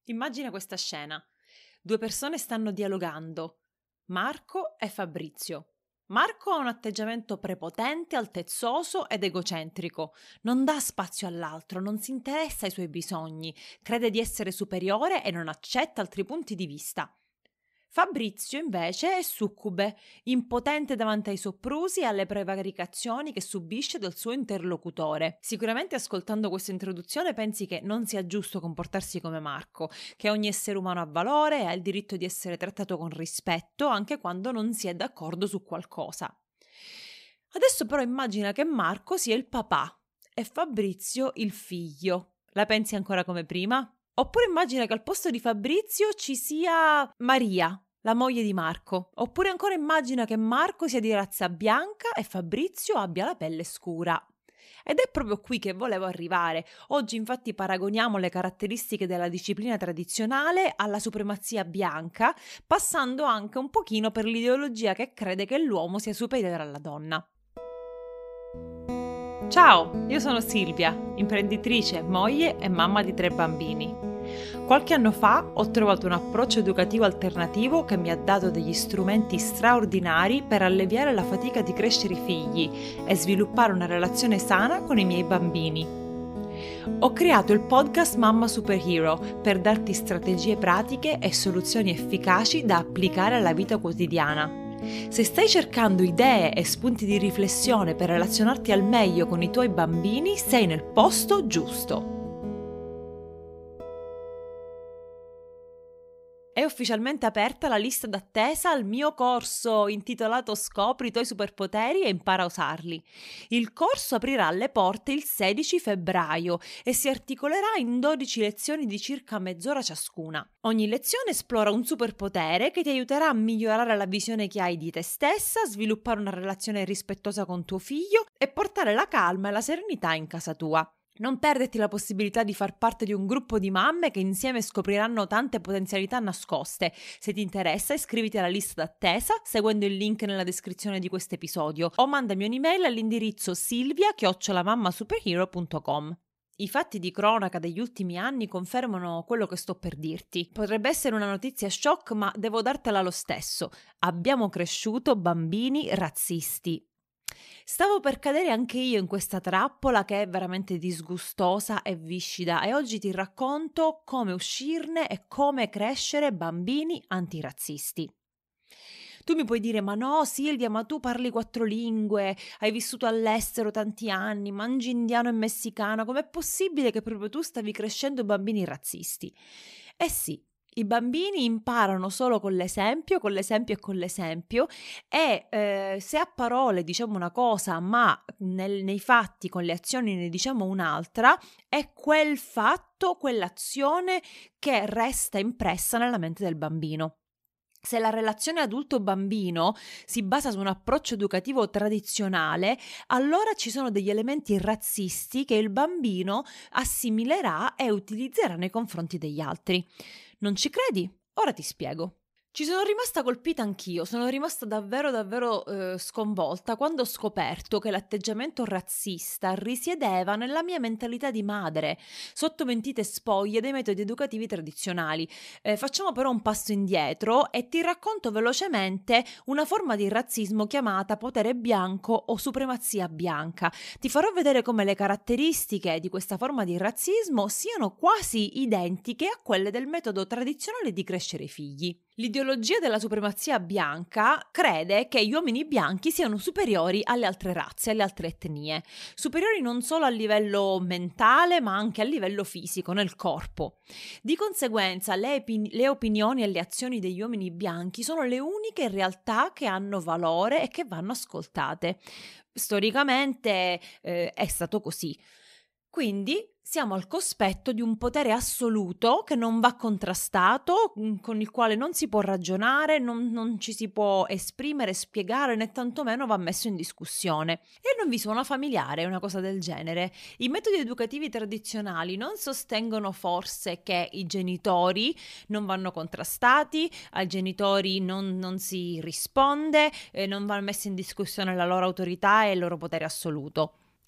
Immagina questa scena. Due persone stanno dialogando, Marco e Fabrizio. Marco ha un atteggiamento prepotente, altezzoso ed egocentrico. Non dà spazio all'altro, non si interessa ai suoi bisogni, crede di essere superiore e non accetta altri punti di vista. Fabrizio invece è succube, impotente davanti ai soprusi e alle prevaricazioni che subisce dal suo interlocutore. Sicuramente ascoltando questa introduzione pensi che non sia giusto comportarsi come Marco, che ogni essere umano ha valore e ha il diritto di essere trattato con rispetto anche quando non si è d'accordo su qualcosa. Adesso però immagina che Marco sia il papà e Fabrizio il figlio. La pensi ancora come prima? Oppure immagina che al posto di Fabrizio ci sia Maria, la moglie di Marco. Oppure ancora immagina che Marco sia di razza bianca e Fabrizio abbia la pelle scura. Ed è proprio qui che volevo arrivare. Oggi infatti paragoniamo le caratteristiche della disciplina tradizionale alla supremazia bianca, passando anche un pochino per l'ideologia che crede che l'uomo sia superiore alla donna. Ciao, io sono Silvia, imprenditrice, moglie e mamma di 3 bambini. Qualche anno fa ho trovato un approccio educativo alternativo che mi ha dato degli strumenti straordinari per alleviare la fatica di crescere i figli e sviluppare una relazione sana con i miei bambini. Ho creato il podcast Mamma Superhero per darti strategie pratiche e soluzioni efficaci da applicare alla vita quotidiana. Se stai cercando idee e spunti di riflessione per relazionarti al meglio con i tuoi bambini, sei nel posto giusto. È ufficialmente aperta la lista d'attesa al mio corso intitolato Scopri i tuoi superpoteri e impara a usarli. Il corso aprirà le porte il 16 febbraio e si articolerà in 12 lezioni di circa mezz'ora ciascuna. Ogni lezione esplora un superpotere che ti aiuterà a migliorare la visione che hai di te stessa, sviluppare una relazione rispettosa con tuo figlio e portare la calma e la serenità in casa tua. Non perderti la possibilità di far parte di un gruppo di mamme che insieme scopriranno tante potenzialità nascoste. Se ti interessa, iscriviti alla lista d'attesa seguendo il link nella descrizione di questo episodio o mandami un'email all'indirizzo silvia@mammasuperhero.com. I fatti di cronaca degli ultimi anni confermano quello che sto per dirti. Potrebbe essere una notizia shock, ma devo dartela lo stesso. Abbiamo cresciuto bambini razzisti. Stavo per cadere anche io in questa trappola che è veramente disgustosa e viscida e oggi ti racconto come uscirne e come crescere bambini antirazzisti. Tu mi puoi dire, ma no Silvia, ma tu parli 4 lingue, hai vissuto all'estero tanti anni, mangi indiano e messicano, com'è possibile che proprio tu stavi crescendo bambini razzisti? Eh sì. I bambini imparano solo con l'esempio e con l'esempio e se a parole diciamo una cosa ma nei fatti con le azioni ne diciamo un'altra, è quel fatto, quell'azione che resta impressa nella mente del bambino. Se la relazione adulto-bambino si basa su un approccio educativo tradizionale, allora ci sono degli elementi razzisti che il bambino assimilerà e utilizzerà nei confronti degli altri. Non ci credi? Ora ti spiego. Ci sono rimasta colpita anch'io, sono rimasta davvero sconvolta quando ho scoperto che l'atteggiamento razzista risiedeva nella mia mentalità di madre, sotto mentite spoglie dei metodi educativi tradizionali. Facciamo però un passo indietro e ti racconto velocemente una forma di razzismo chiamata potere bianco o supremazia bianca. Ti farò vedere come le caratteristiche di questa forma di razzismo siano quasi identiche a quelle del metodo tradizionale di crescere i figli. L'ideologia della supremazia bianca crede che gli uomini bianchi siano superiori alle altre razze, alle altre etnie, superiori non solo a livello mentale ma anche a livello fisico, nel corpo. Di conseguenza le opinioni e le azioni degli uomini bianchi sono le uniche in realtà che hanno valore e che vanno ascoltate. Storicamente è stato così. Quindi siamo al cospetto di un potere assoluto che non va contrastato, con il quale non si può ragionare, non ci si può esprimere, spiegare, né tantomeno va messo in discussione. E non vi suona familiare una cosa del genere? I metodi educativi tradizionali non sostengono forse che i genitori non vanno contrastati, ai genitori non si risponde, non va messa in discussione la loro autorità e il loro potere assoluto.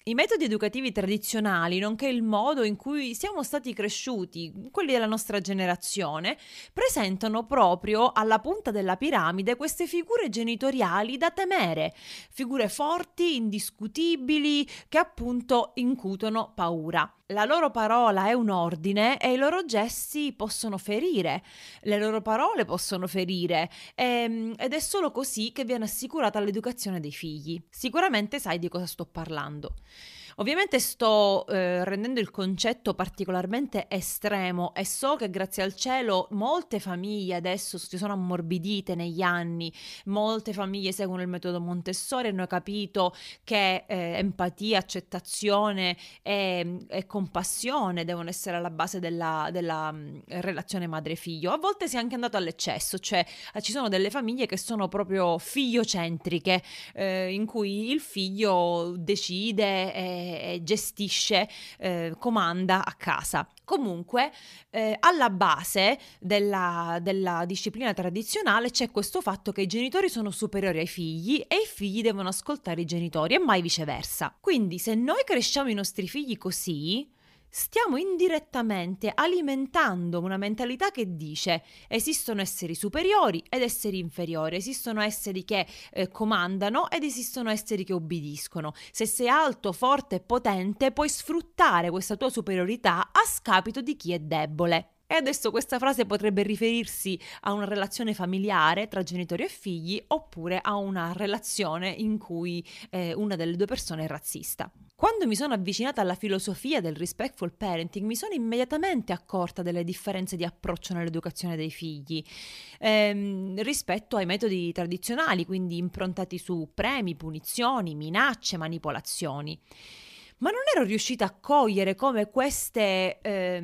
I metodi educativi tradizionali, nonché il modo in cui siamo stati cresciuti, quelli della nostra generazione, presentano proprio alla punta della piramide queste figure genitoriali da temere, figure forti, indiscutibili, che appunto incutono paura. La loro parola è un ordine e i loro gesti possono ferire, le loro parole possono ferire ed è solo così che viene assicurata l'educazione dei figli. Sicuramente sai di cosa sto parlando. Ovviamente sto rendendo il concetto particolarmente estremo e so che grazie al cielo molte famiglie adesso si sono ammorbidite negli anni, molte famiglie seguono il metodo Montessori e hanno capito che empatia, accettazione e compassione devono essere alla base della relazione madre-figlio. A volte si è anche andato all'eccesso, cioè ci sono delle famiglie che sono proprio figliocentriche, in cui il figlio decide e gestisce, comanda a casa. Comunque, alla base della disciplina tradizionale c'è questo fatto che i genitori sono superiori ai figli e i figli devono ascoltare i genitori e mai viceversa. Quindi, se noi cresciamo i nostri figli così, stiamo indirettamente alimentando una mentalità che dice esistono esseri superiori ed esseri inferiori, esistono esseri che comandano ed esistono esseri che obbediscono. Se sei alto, forte e potente, puoi sfruttare questa tua superiorità a scapito di chi è debole. E adesso questa frase potrebbe riferirsi a una relazione familiare tra genitori e figli oppure a una relazione in cui una delle due persone è razzista. Quando mi sono avvicinata alla filosofia del respectful parenting mi sono immediatamente accorta delle differenze di approccio nell'educazione dei figli rispetto ai metodi tradizionali, quindi improntati su premi, punizioni, minacce, manipolazioni. Ma non ero riuscita a cogliere come queste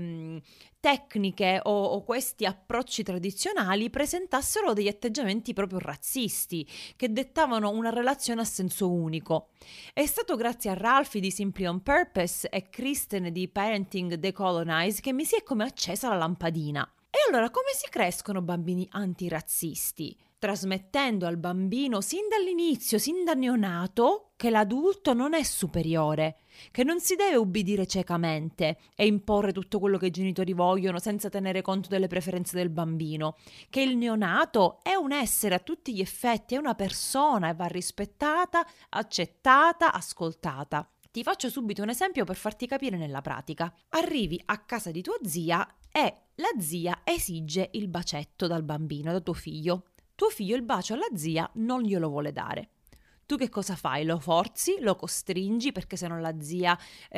tecniche o questi approcci tradizionali presentassero degli atteggiamenti proprio razzisti, che dettavano una relazione a senso unico. È stato grazie a Ralphie di Simply on Purpose e Kristen di Parenting Decolonize che mi si è come accesa la lampadina. E allora come si crescono bambini antirazzisti? Trasmettendo al bambino sin dall'inizio, sin da neonato, che l'adulto non è superiore, che non si deve ubbidire ciecamente e imporre tutto quello che i genitori vogliono senza tenere conto delle preferenze del bambino, che il neonato è un essere a tutti gli effetti, è una persona e va rispettata, accettata, ascoltata. Ti faccio subito un esempio per farti capire nella pratica. Arrivi a casa di tua zia e la zia esige il bacetto dal bambino, da tuo figlio. Tuo figlio il bacio alla zia non glielo vuole dare. Tu che cosa fai? Lo forzi, lo costringi perché se no la zia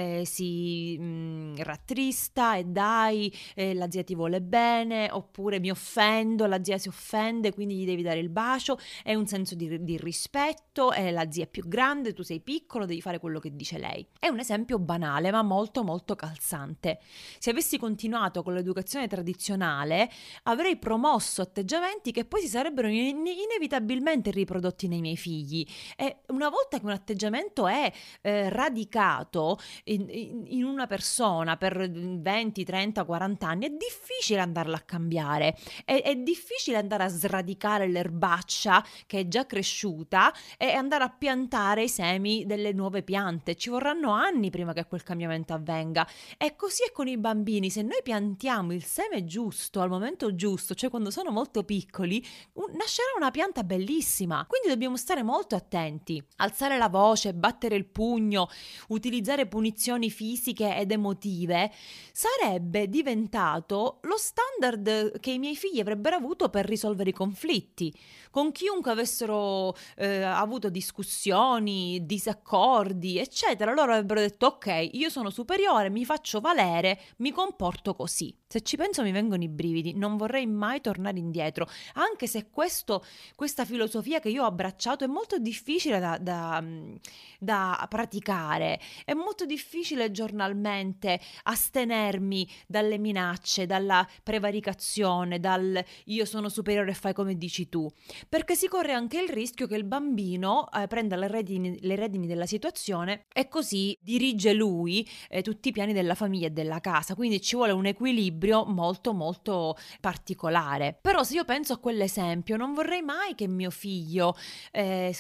si rattrista e dai, la zia ti vuole bene, oppure mi offendo, la zia si offende, quindi gli devi dare il bacio, è un senso di rispetto, la zia è più grande, tu sei piccolo, devi fare quello che dice lei. È un esempio banale ma molto molto calzante. Se avessi continuato con l'educazione tradizionale avrei promosso atteggiamenti che poi si sarebbero inevitabilmente riprodotti nei miei figli. E una volta che un atteggiamento è radicato in una persona per 20, 30, 40 anni, è difficile andarla a cambiare, è difficile andare a sradicare l'erbaccia che è già cresciuta e andare a piantare i semi delle nuove piante. Ci vorranno anni prima che quel cambiamento avvenga. E così è con i bambini: se noi piantiamo il seme giusto al momento giusto, cioè quando sono molto piccoli, nascerà una pianta bellissima. Quindi dobbiamo stare molto attenti. Alzare la voce, battere il pugno, utilizzare punizioni fisiche ed emotive sarebbe diventato lo standard che i miei figli avrebbero avuto per risolvere i conflitti. Con chiunque avessero avuto discussioni, disaccordi, eccetera, loro avrebbero detto: ok, io sono superiore, mi faccio valere, mi comporto così. Se ci penso mi vengono i brividi, non vorrei mai tornare indietro, anche se questa filosofia che io ho abbracciato è molto difficile da praticare, è molto difficile giornalmente astenermi dalle minacce, dalla prevaricazione, dal io sono superiore e fai come dici tu, perché si corre anche il rischio che il bambino prenda le redini della situazione e così dirige lui tutti i piani della famiglia e della casa, quindi ci vuole un equilibrio molto molto particolare. Però se io penso a quell'esempio non vorrei mai che mio figlio fosse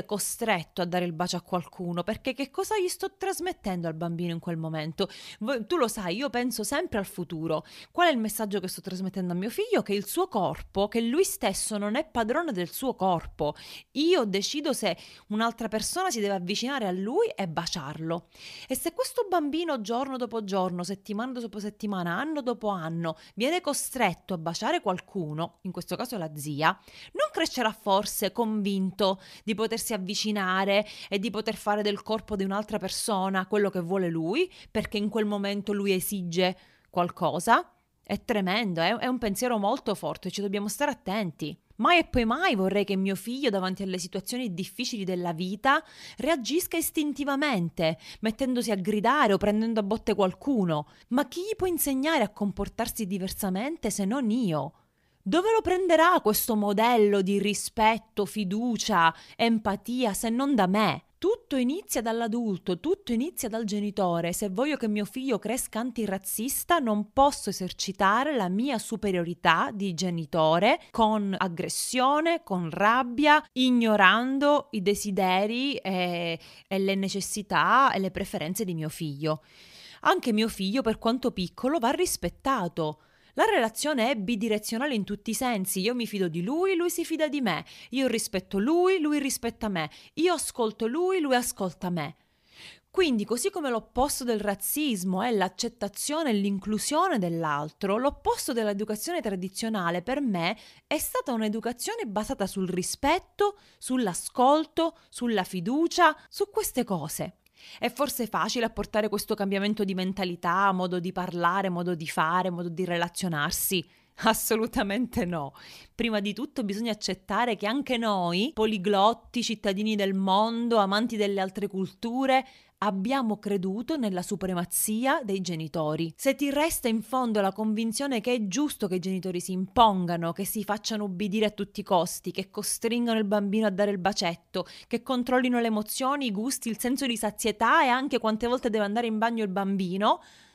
fosse costretto a dare il bacio a qualcuno, perché che cosa gli sto trasmettendo al bambino in quel momento? Tu lo sai, io penso sempre al futuro. Qual è il messaggio che sto trasmettendo a mio figlio? Che il suo corpo, che lui stesso non è padrone del suo corpo. Io decido se un'altra persona si deve avvicinare a lui e baciarlo. E se questo bambino giorno dopo giorno, settimana dopo settimana, anno dopo anno, viene costretto a baciare qualcuno, in questo caso la zia, non crescerà forse convinto di potersi avvicinare e di poter fare del corpo di un'altra persona quello che vuole lui, perché in quel momento lui esige qualcosa? È tremendo, è un pensiero molto forte, ci dobbiamo stare attenti. Mai e poi mai vorrei che mio figlio, davanti alle situazioni difficili della vita, reagisca istintivamente, mettendosi a gridare o prendendo a botte qualcuno. Ma chi gli può insegnare a comportarsi diversamente se non io? Dove lo prenderà questo modello di rispetto, fiducia, empatia, se non da me? Tutto inizia dall'adulto, tutto inizia dal genitore. Se voglio che mio figlio cresca antirazzista, non posso esercitare la mia superiorità di genitore con aggressione, con rabbia, ignorando i desideri e le necessità e le preferenze di mio figlio. Anche mio figlio, per quanto piccolo, va rispettato. La relazione è bidirezionale in tutti i sensi, io mi fido di lui si fida di me, io rispetto lui rispetta me, io ascolto lui ascolta me. Quindi, così come l'opposto del razzismo è l'accettazione e l'inclusione dell'altro, l'opposto dell'educazione tradizionale per me è stata un'educazione basata sul rispetto, sull'ascolto, sulla fiducia, su queste cose. È forse facile apportare questo cambiamento di mentalità, modo di parlare, modo di fare, modo di relazionarsi? Assolutamente no. Prima di tutto bisogna accettare che anche noi, poliglotti, cittadini del mondo, amanti delle altre culture, abbiamo creduto nella supremazia dei genitori. Se ti resta in fondo la convinzione che è giusto che i genitori si impongano, che si facciano ubbidire a tutti i costi, che costringano il bambino a dare il bacetto, che controllino le emozioni, i gusti, il senso di sazietà e anche quante volte deve andare in bagno il bambino,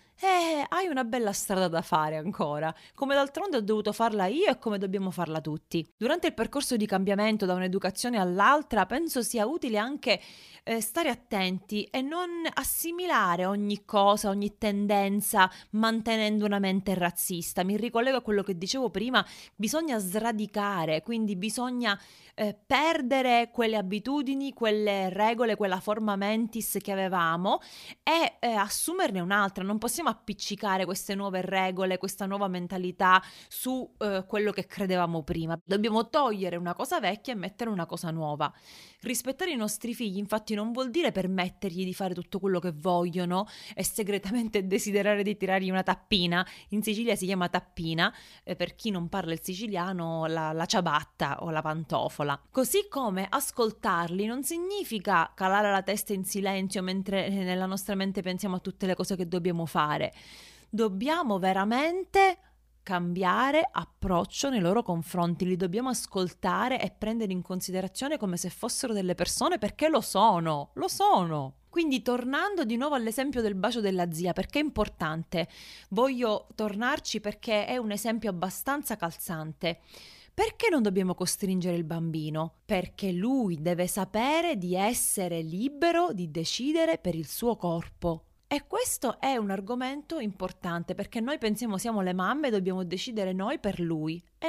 hai una bella strada da fare ancora, come d'altronde ho dovuto farla io e come dobbiamo farla tutti. Durante il percorso di cambiamento da un'educazione all'altra penso sia utile anche stare attenti e non assimilare ogni cosa, ogni tendenza mantenendo una mente razzista. Mi ricollego a quello che dicevo prima, bisogna sradicare, quindi bisogna perdere quelle abitudini, quelle regole, quella forma mentis che avevamo e assumerne un'altra. Non possiamo appiccicare queste nuove regole, questa nuova mentalità su quello che credevamo prima. Dobbiamo togliere una cosa vecchia e mettere una cosa nuova. Rispettare i nostri figli, infatti, non vuol dire permettergli di fare tutto quello che vogliono e segretamente desiderare di tirargli una tappina. In Sicilia si chiama tappina, per chi non parla il siciliano, la ciabatta o la pantofola. Così come ascoltarli non significa calare la testa in silenzio mentre nella nostra mente pensiamo a tutte le cose che dobbiamo fare. Dobbiamo veramente cambiare approccio nei loro confronti, li dobbiamo ascoltare e prendere in considerazione come se fossero delle persone, perché lo sono. Quindi, tornando di nuovo all'esempio del bacio della zia, perché è importante, voglio tornarci perché è un esempio abbastanza calzante. Perché non dobbiamo costringere il bambino? Perché lui deve sapere di essere libero di decidere per il suo corpo. E questo è un argomento importante, perché noi pensiamo siamo le mamme e dobbiamo decidere noi per lui. E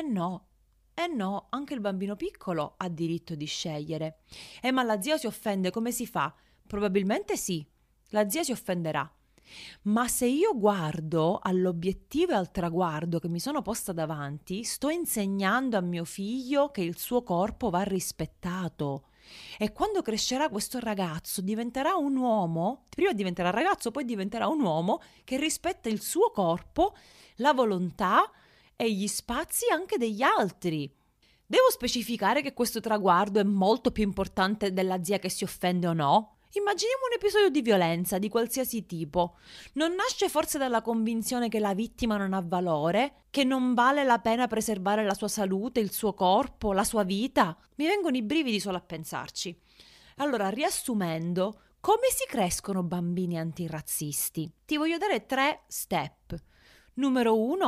no, anche il bambino piccolo ha diritto di scegliere. Ma la zia si offende, come si fa? Probabilmente sì, la zia si offenderà. Ma se io guardo all'obiettivo e al traguardo che mi sono posta davanti, sto insegnando a mio figlio che il suo corpo va rispettato. E quando crescerà questo ragazzo diventerà un uomo, prima diventerà ragazzo, poi diventerà un uomo che rispetta il suo corpo, la volontà e gli spazi anche degli altri. Devo specificare che questo traguardo è molto più importante della zia che si offende o no? Immaginiamo un episodio di violenza di qualsiasi tipo. Non nasce forse dalla convinzione che la vittima non ha valore, che non vale la pena preservare la sua salute, il suo corpo, la sua vita? Mi vengono i brividi solo a pensarci. Allora, riassumendo, come si crescono bambini antirazzisti? Ti voglio dare 3 step. Numero 1,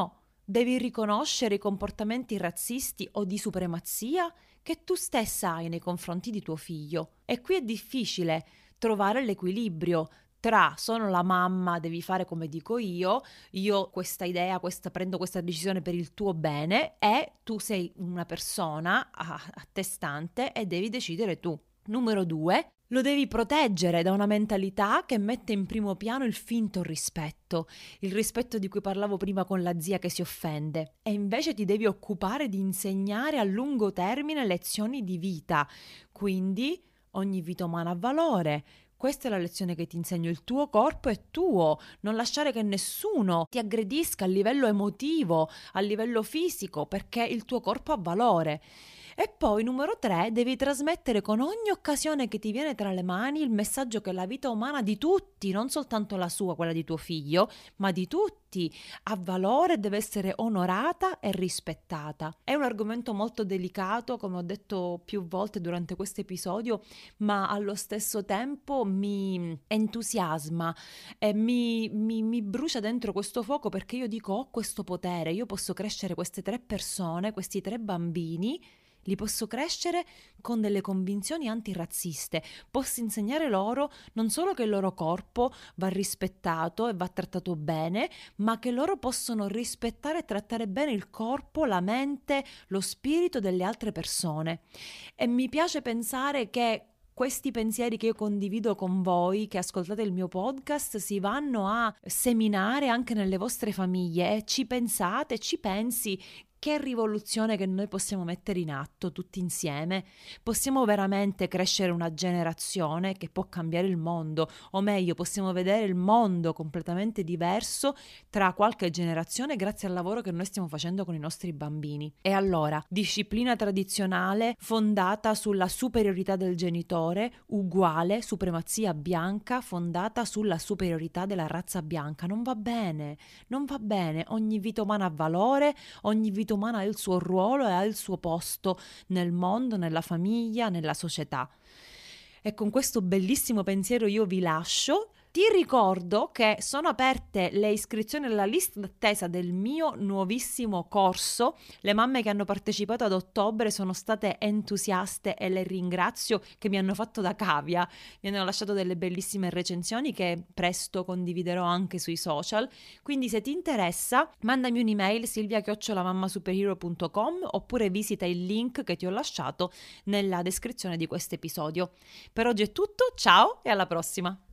Devi riconoscere i comportamenti razzisti o di supremazia che tu stessa hai nei confronti di tuo figlio. E qui è difficile trovare l'equilibrio tra sono la mamma, devi fare come dico io ho questa idea, prendo questa decisione per il tuo bene, e tu sei una persona a te stante e devi decidere tu. Numero 2, lo devi proteggere da una mentalità che mette in primo piano il finto rispetto, il rispetto di cui parlavo prima con la zia che si offende, e invece ti devi occupare di insegnare a lungo termine lezioni di vita. Quindi ogni vita umana ha valore. Questa è la lezione che ti insegno: il tuo corpo è tuo, non lasciare che nessuno ti aggredisca a livello emotivo, a livello fisico, perché il tuo corpo ha valore. E poi, numero 3, devi trasmettere con ogni occasione che ti viene tra le mani il messaggio che la vita umana di tutti, non soltanto la sua, quella di tuo figlio, ma di tutti, ha valore e deve essere onorata e rispettata. È un argomento molto delicato, come ho detto più volte durante questo episodio, ma allo stesso tempo mi entusiasma e mi brucia dentro questo fuoco, perché io dico: ho questo potere, io posso crescere queste 3 persone, questi 3 bambini, li posso crescere con delle convinzioni antirazziste, posso insegnare loro non solo che il loro corpo va rispettato e va trattato bene, ma che loro possono rispettare e trattare bene il corpo, la mente, lo spirito delle altre persone. E mi piace pensare che questi pensieri che io condivido con voi, che ascoltate il mio podcast, si vanno a seminare anche nelle vostre famiglie, e ci pensi che rivoluzione che noi possiamo mettere in atto tutti insieme. Possiamo veramente crescere una generazione che può cambiare il mondo, o meglio, possiamo vedere il mondo completamente diverso tra qualche generazione grazie al lavoro che noi stiamo facendo con i nostri bambini. E allora, disciplina tradizionale fondata sulla superiorità del genitore, uguale supremazia bianca fondata sulla superiorità della razza bianca. Non va bene, non va bene. Ogni vita umana ha valore, ogni vita umana ha il suo ruolo e ha il suo posto nel mondo, nella famiglia, nella società. E con questo bellissimo pensiero io vi lascio. Ti ricordo che sono aperte le iscrizioni alla lista d'attesa del mio nuovissimo corso. Le mamme che hanno partecipato ad ottobre sono state entusiaste e le ringrazio, che mi hanno fatto da cavia. Mi hanno lasciato delle bellissime recensioni che presto condividerò anche sui social. Quindi se ti interessa, mandami un'email silvia@mammasuperhero.com oppure visita il link che ti ho lasciato nella descrizione di questo episodio. Per oggi è tutto, ciao e alla prossima!